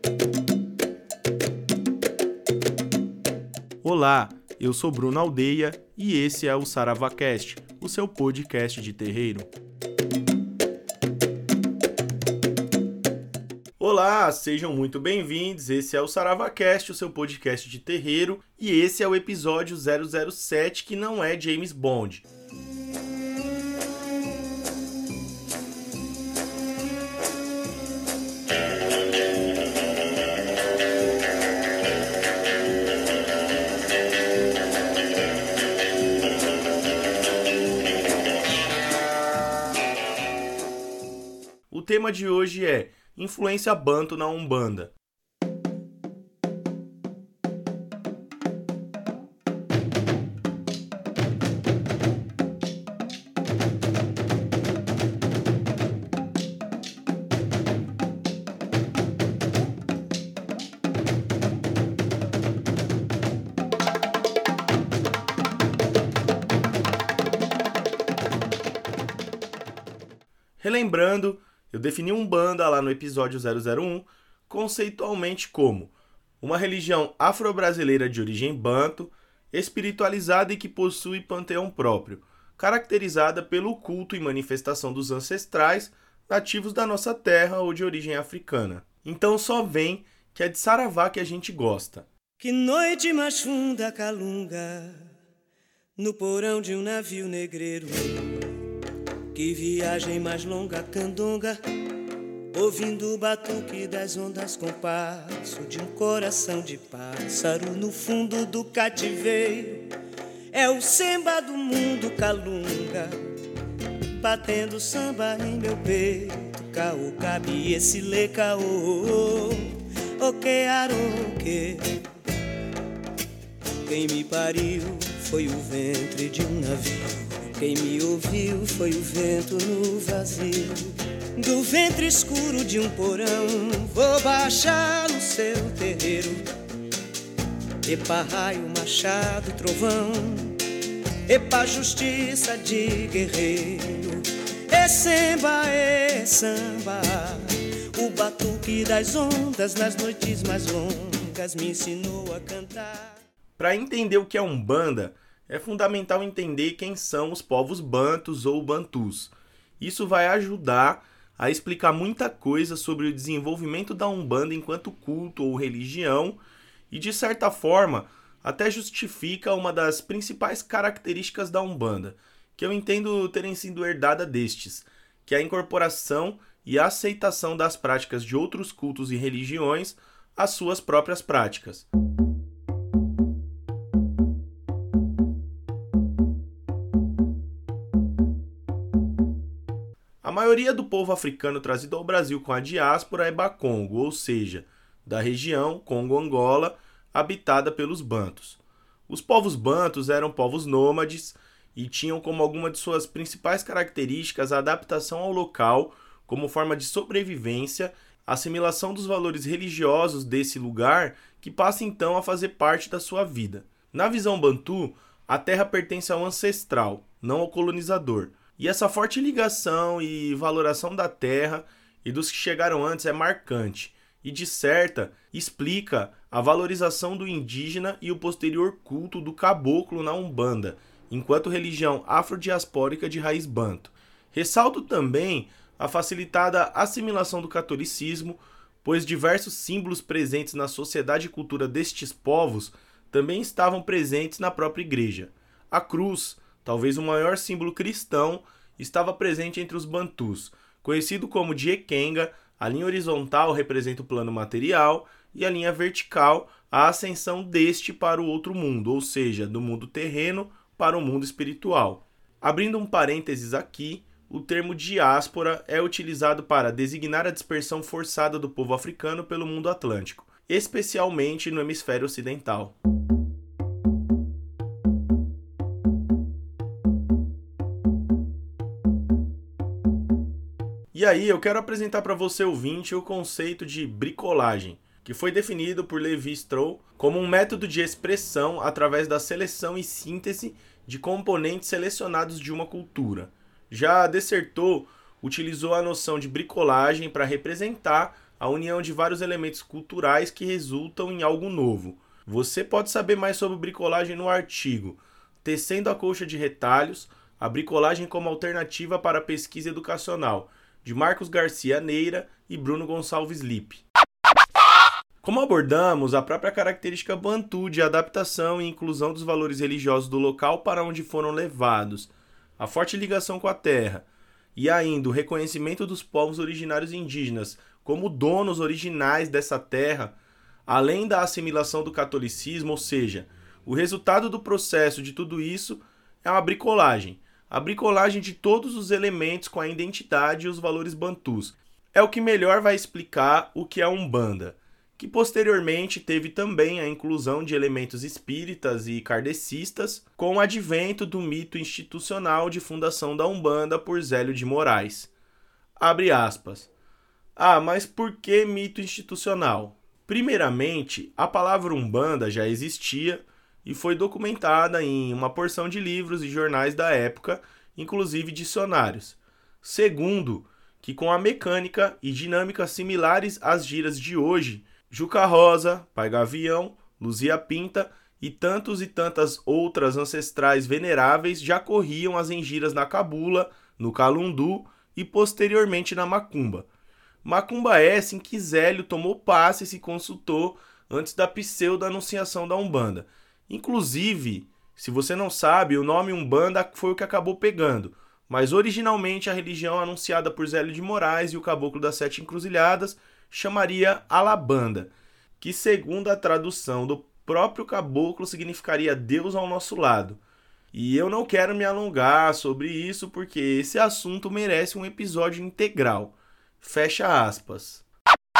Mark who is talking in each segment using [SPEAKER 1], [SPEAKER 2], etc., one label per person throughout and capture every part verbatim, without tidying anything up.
[SPEAKER 1] Olá, eu sou Bruno Aldeia e esse é o SaravaCast, o seu podcast de terreiro. Olá, sejam muito bem-vindos, esse é o SaravaCast, o seu podcast de terreiro, e esse é o episódio zero zero sete, que não é James Bond. O tema de hoje é influência banto na Umbanda. Relembrando, eu defini Umbanda lá no episódio zero zero um conceitualmente como uma religião afro-brasileira de origem banto, espiritualizada e que possui panteão próprio, caracterizada pelo culto e manifestação dos ancestrais nativos da nossa terra ou de origem africana. Então só vem que é de saravá que a gente gosta.
[SPEAKER 2] Que noite mais funda calunga no porão de um navio negreiro. Que viagem mais longa candonga, ouvindo o batuque das ondas com passo de um coração de pássaro no fundo do cativeiro. É o samba do mundo calunga, batendo samba em meu peito. Caô, cabe esse lê caô, oque aroque. Quem me pariu foi o ventre de um navio. Quem me ouviu foi o vento no vazio. Do ventre escuro de um porão vou baixar no seu terreiro. Epa raio, machado, trovão, epa justiça de guerreiro. É samba, é samba, o batuque das ondas nas noites mais longas me ensinou a cantar.
[SPEAKER 1] Para entender o que é Umbanda, é fundamental entender quem são os povos bantus ou bantus. Isso vai ajudar a explicar muita coisa sobre o desenvolvimento da Umbanda enquanto culto ou religião e, de certa forma, até justifica uma das principais características da Umbanda, que eu entendo terem sido herdada destes, que é a incorporação e a aceitação das práticas de outros cultos e religiões às suas próprias práticas. A maioria do povo africano trazido ao Brasil com a diáspora é Bakongo, ou seja, da região Congo-Angola, habitada pelos bantus. Os povos bantus eram povos nômades e tinham como alguma de suas principais características a adaptação ao local como forma de sobrevivência, a assimilação dos valores religiosos desse lugar que passa então a fazer parte da sua vida. Na visão bantu, a terra pertence ao ancestral, não ao colonizador. E essa forte ligação e valoração da terra e dos que chegaram antes é marcante e, de certa, explica a valorização do indígena e o posterior culto do caboclo na Umbanda, enquanto religião afrodiaspórica de raiz banto. Ressalto também a facilitada assimilação do catolicismo, pois diversos símbolos presentes na sociedade e cultura destes povos também estavam presentes na própria igreja. A cruz, talvez o maior símbolo cristão, estava presente entre os bantus, conhecido como Diekenga. A linha horizontal representa o plano material e a linha vertical a ascensão deste para o outro mundo, ou seja, do mundo terreno para o mundo espiritual. Abrindo um parênteses aqui, o termo diáspora é utilizado para designar a dispersão forçada do povo africano pelo mundo atlântico, especialmente no hemisfério ocidental. E aí, eu quero apresentar para você, ouvinte, o conceito de bricolagem, que foi definido por Levi Strauss como um método de expressão através da seleção e síntese de componentes selecionados de uma cultura. Já Desserteau utilizou a noção de bricolagem para representar a união de vários elementos culturais que resultam em algo novo. Você pode saber mais sobre bricolagem no artigo Tecendo a Colcha de Retalhos, a bricolagem como alternativa para a pesquisa educacional, de Marcos Garcia Neira e Bruno Gonçalves Lippe. Como abordamos, a própria característica bantu de adaptação e inclusão dos valores religiosos do local para onde foram levados, a forte ligação com a terra, e ainda o reconhecimento dos povos originários indígenas como donos originais dessa terra, além da assimilação do catolicismo, ou seja, o resultado do processo de tudo isso é uma bricolagem. A bricolagem de todos os elementos com a identidade e os valores bantus. É o que melhor vai explicar o que é a Umbanda, que posteriormente teve também a inclusão de elementos espíritas e kardecistas com o advento do mito institucional de fundação da Umbanda por Zélio de Moraes. Abre aspas. Ah, mas por que mito institucional? Primeiramente, a palavra Umbanda já existia e foi documentada em uma porção de livros e jornais da época, inclusive dicionários. Segundo, que com a mecânica e dinâmica similares às giras de hoje, Juca Rosa, Pai Gavião, Luzia Pinta e tantos e tantas outras ancestrais veneráveis já corriam as engiras na cabula, no calundu e posteriormente na macumba. Macumba essa em que Zélio tomou passe e se consultou antes da pseudo-anunciação da Umbanda. Inclusive, se você não sabe, o nome Umbanda foi o que acabou pegando, mas originalmente a religião anunciada por Zélio de Moraes e o Caboclo das Sete Encruzilhadas chamaria Alabanda, que segundo a tradução do próprio caboclo significaria Deus ao nosso lado. E eu não quero me alongar sobre isso porque esse assunto merece um episódio integral. Fecha aspas.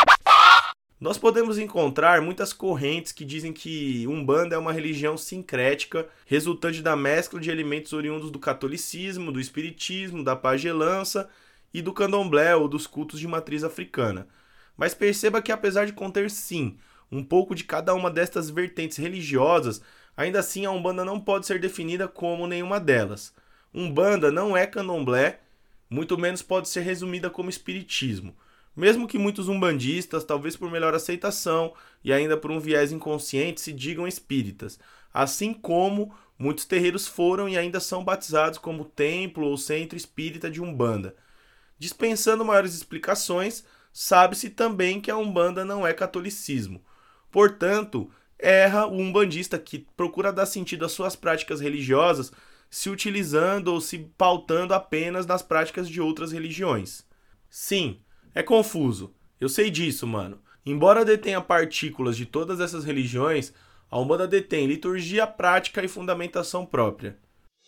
[SPEAKER 1] Nós podemos encontrar muitas correntes que dizem que Umbanda é uma religião sincrética, resultante da mescla de elementos oriundos do catolicismo, do espiritismo, da pagelança e do candomblé ou dos cultos de matriz africana. Mas perceba que apesar de conter sim um pouco de cada uma destas vertentes religiosas, ainda assim a Umbanda não pode ser definida como nenhuma delas. Umbanda não é candomblé, muito menos pode ser resumida como espiritismo. Mesmo que muitos umbandistas, talvez por melhor aceitação e ainda por um viés inconsciente, se digam espíritas, assim como muitos terreiros foram e ainda são batizados como templo ou centro espírita de Umbanda. Dispensando maiores explicações, sabe-se também que a Umbanda não é catolicismo. Portanto, erra o umbandista que procura dar sentido às suas práticas religiosas se utilizando ou se pautando apenas nas práticas de outras religiões. Sim, é confuso. Eu sei disso, mano. Embora detenha partículas de todas essas religiões, a Umbanda detém liturgia, prática e fundamentação própria.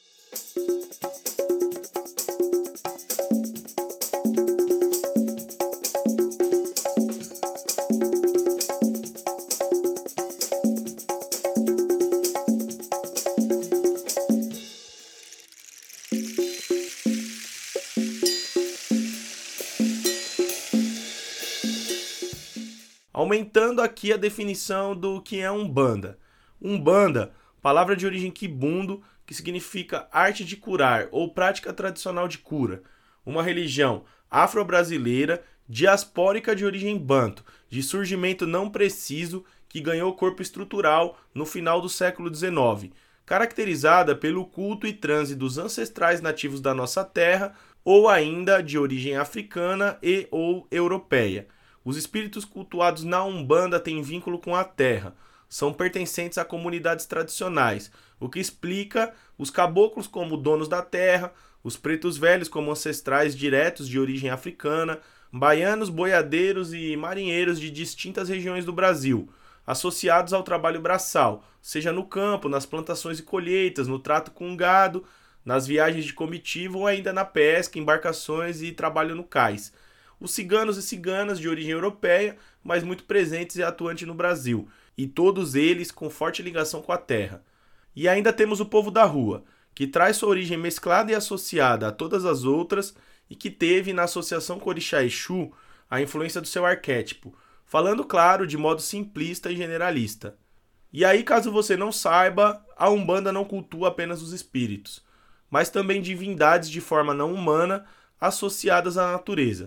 [SPEAKER 1] Aumentando aqui a definição do que é Umbanda. Umbanda, palavra de origem quibundo, que significa arte de curar ou prática tradicional de cura. Uma religião afro-brasileira, diaspórica de origem banto, de surgimento não preciso, que ganhou corpo estrutural no final do século dezenove, caracterizada pelo culto e transe dos ancestrais nativos da nossa terra ou ainda de origem africana e ou europeia. Os espíritos cultuados na Umbanda têm vínculo com a terra, são pertencentes a comunidades tradicionais, o que explica os caboclos como donos da terra, os pretos velhos como ancestrais diretos de origem africana, baianos, boiadeiros e marinheiros de distintas regiões do Brasil, associados ao trabalho braçal, seja no campo, nas plantações e colheitas, no trato com gado, nas viagens de comitiva ou ainda na pesca, embarcações e trabalho no cais. Os ciganos e ciganas de origem europeia, mas muito presentes e atuantes no Brasil, e todos eles com forte ligação com a terra. E ainda temos o povo da rua, que traz sua origem mesclada e associada a todas as outras e que teve na associação com Orixá Exu a influência do seu arquétipo, falando claro de modo simplista e generalista. E aí, caso você não saiba, a Umbanda não cultua apenas os espíritos, mas também divindades de forma não humana associadas à natureza.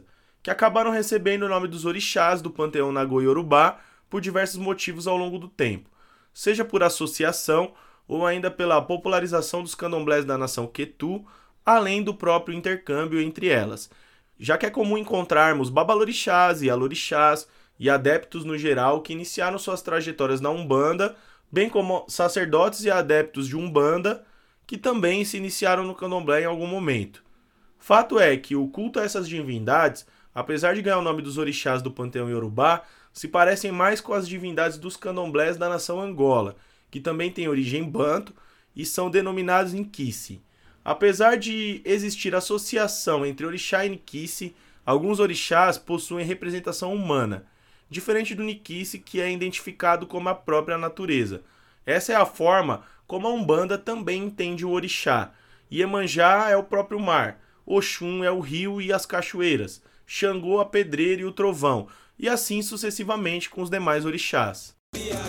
[SPEAKER 1] que acabaram recebendo o nome dos orixás do panteão Nagô-Yorubá por diversos motivos ao longo do tempo, seja por associação ou ainda pela popularização dos candomblés da nação Quetu, além do próprio intercâmbio entre elas, já que é comum encontrarmos babalorixás e alorixás e adeptos no geral que iniciaram suas trajetórias na Umbanda, bem como sacerdotes e adeptos de Umbanda que também se iniciaram no candomblé em algum momento. Fato é que o culto a essas divindades, apesar de ganhar o nome dos orixás do panteão Yorubá, se parecem mais com as divindades dos candomblés da nação Angola, que também têm origem banto e são denominados Nkici. Apesar de existir associação entre orixá e Nkici, alguns orixás possuem representação humana, diferente do Nkici, que é identificado como a própria natureza. Essa é a forma como a Umbanda também entende o orixá. Iemanjá é o próprio mar, Oxum é o rio e as cachoeiras, Xangô a pedreira e o trovão, e assim sucessivamente com os demais orixás.
[SPEAKER 2] Sabiá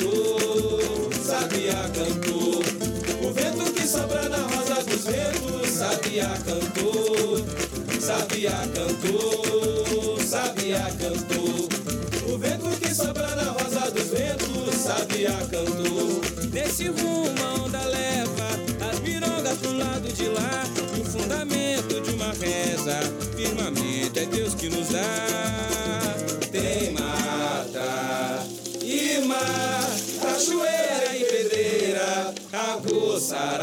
[SPEAKER 2] cantou, Sabiá cantou, o vento que sopra na rosa dos ventos. Sabiá cantou, Sabiá cantou, Sabiá cantou, o vento que sopra na rosa dos ventos. Sabiá cantou, nesse rumo a onda leva as pirongas pro lado de lá, e o fundamento de uma reza, firmamento é Deus que nos dá. Tem mata e mar, cachoeira e pedreira, Agô,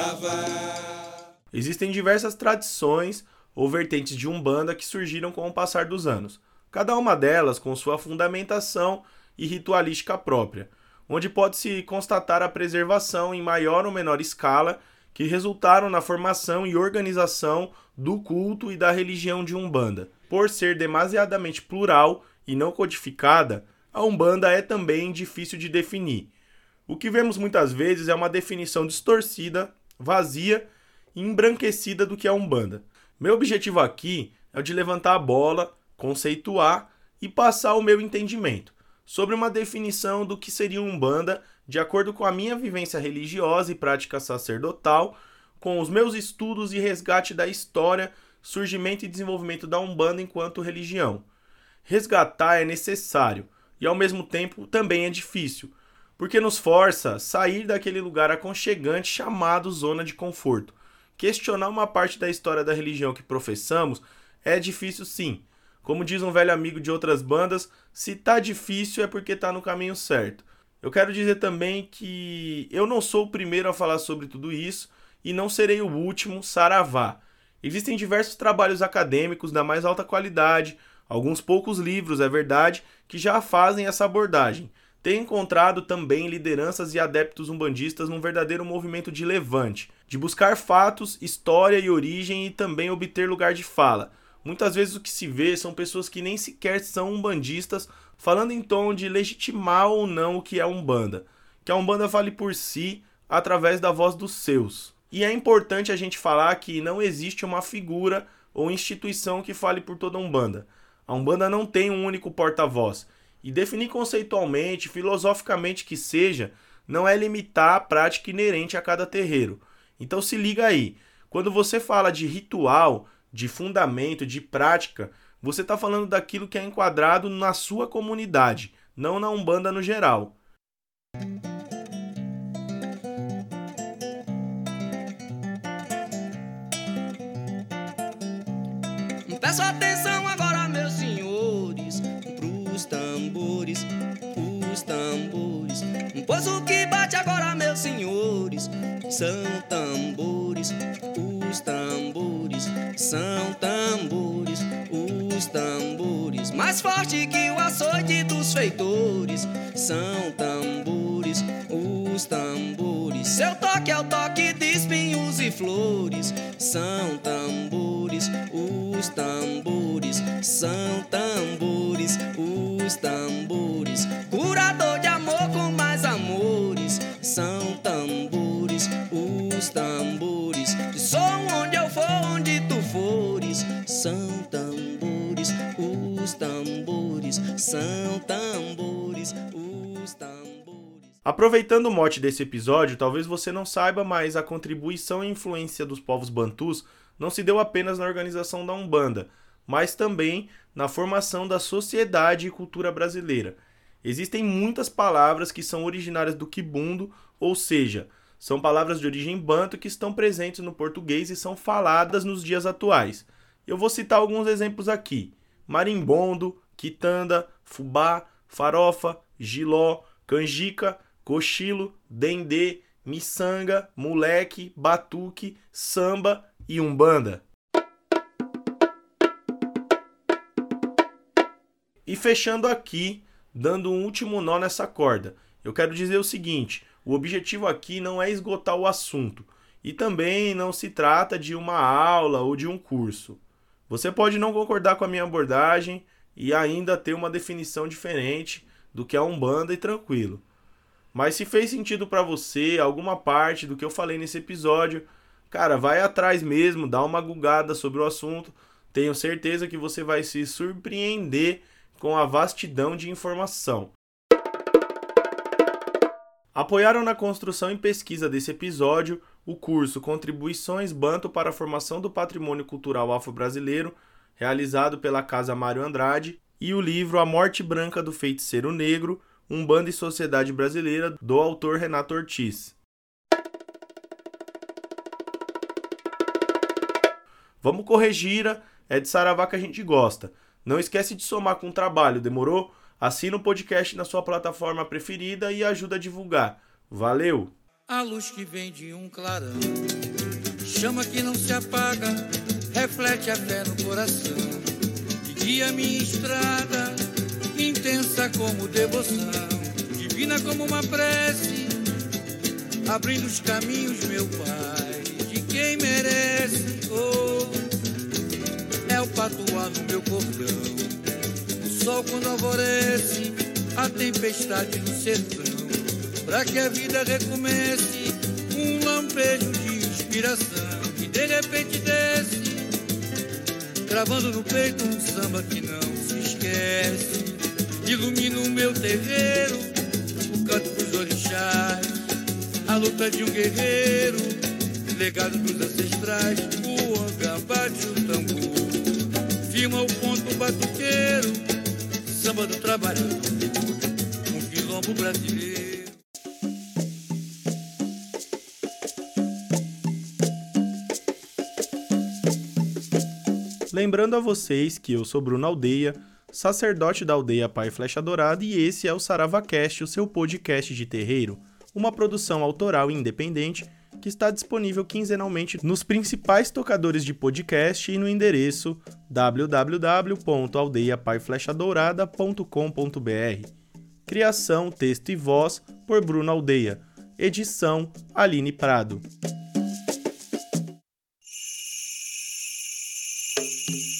[SPEAKER 2] saravá.
[SPEAKER 1] Existem diversas tradições ou vertentes de Umbanda que surgiram com o passar dos anos, cada uma delas com sua fundamentação e ritualística própria, onde pode-se constatar a preservação em maior ou menor escala que resultaram na formação e organização do culto e da religião de Umbanda. Por ser demasiadamente plural e não codificada, a Umbanda é também difícil de definir. O que vemos muitas vezes é uma definição distorcida, vazia e embranquecida do que é a Umbanda. Meu objetivo aqui é o de levantar a bola, conceituar e passar o meu entendimento sobre uma definição do que seria Umbanda de acordo com a minha vivência religiosa e prática sacerdotal, com os meus estudos e resgate da história, surgimento e desenvolvimento da Umbanda enquanto religião. Resgatar é necessário e ao mesmo tempo também é difícil, porque nos força a sair daquele lugar aconchegante chamado zona de conforto. Questionar uma parte da história da religião que professamos é difícil sim. Como diz um velho amigo de outras bandas, se tá difícil é porque tá no caminho certo. Eu quero dizer também que eu não sou o primeiro a falar sobre tudo isso e não serei o último, saravá. Existem diversos trabalhos acadêmicos da mais alta qualidade, alguns poucos livros, é verdade, que já fazem essa abordagem. Tenho encontrado também lideranças e adeptos umbandistas num verdadeiro movimento de levante, de buscar fatos, história e origem e também obter lugar de fala. Muitas vezes o que se vê são pessoas que nem sequer são umbandistas falando em tom de legitimar ou não o que é Umbanda. Que a Umbanda fale por si através da voz dos seus. E é importante a gente falar que não existe uma figura ou instituição que fale por toda a Umbanda. A Umbanda não tem um único porta-voz. E definir conceitualmente, filosoficamente que seja, não é limitar a prática inerente a cada terreiro. Então se liga aí. Quando você fala de ritual, de fundamento, de prática, você está falando daquilo que é enquadrado na sua comunidade, não na Umbanda no geral.
[SPEAKER 2] Peço atenção agora, meus senhores, pros tambores, os tambores, pois o que bate agora, meus senhores, são tambores, os tambores, são tambores, os tambores, mais forte que o açoite dos feitores, são tambores, os tambores, seu toque é o toque de espinhos e flores, são tambores, os tambores, são tambores, os tambores, curador de amor com mais amores, são tambores, os tambores, som onde eu for, onde tu fores, são tambores, os tambores, são tambores, os tambores.
[SPEAKER 1] Aproveitando o mote desse episódio, talvez você não saiba, mas a contribuição e influência dos povos bantus não se deu apenas na organização da Umbanda, mas também na formação da sociedade e cultura brasileira. Existem muitas palavras que são originárias do quibundo, ou seja, são palavras de origem banto que estão presentes no português e são faladas nos dias atuais. Eu vou citar alguns exemplos aqui: marimbondo, quitanda, fubá, farofa, giló, canjica, cochilo, dendê, miçanga, moleque, batuque, samba e umbanda. E fechando aqui, dando um último nó nessa corda, eu quero dizer o seguinte: o objetivo aqui não é esgotar o assunto e também não se trata de uma aula ou de um curso. Você pode não concordar com a minha abordagem e ainda ter uma definição diferente do que é umbanda e tranquilo. Mas se fez sentido para você alguma parte do que eu falei nesse episódio, cara, vai atrás mesmo, dá uma gugada sobre o assunto. Tenho certeza que você vai se surpreender com a vastidão de informação. Apoiaram na construção e pesquisa desse episódio o curso Contribuições Banto para a Formação do Patrimônio Cultural Afro-Brasileiro, realizado pela Casa Mário Andrade, e o livro A Morte Branca do Feiticeiro Negro, Umbanda e Sociedade Brasileira, do autor Renato Ortiz. Vamos correr gira, é de saravá que a gente gosta. Não esquece de somar com o trabalho, demorou? Assina o podcast na sua plataforma preferida e ajuda a divulgar. Valeu!
[SPEAKER 2] A luz que vem de um clarão, chama que não se apaga, reflete a fé no coração, que guia minha estrada, intensa como devoção, divina como uma prece, abrindo os caminhos, meu Pai, de quem merece. Oh, é o patuá no meu cordão, o sol quando alvorece, a tempestade no sertão, pra que a vida recomece, um lampejo de inspiração que de repente desce, gravando no peito um samba que não se esquece. Ilumina o meu terreiro, o canto dos orixás, a luta de um guerreiro, legado dos ancestrais. O anga bate o tambor, firma o ponto batuqueiro, samba do trabalhador, um quilombo brasileiro.
[SPEAKER 1] Lembrando a vocês que eu sou Bruno Aldeia, sacerdote da aldeia Pai Flecha Dourada, e esse é o SaravaCast, o seu podcast de terreiro, uma produção autoral e independente que está disponível quinzenalmente nos principais tocadores de podcast e no endereço w w w ponto aldeia pai flecha dourada ponto com ponto b r. Criação, texto e voz por Bruno Aldeia. Edição Aline Prado.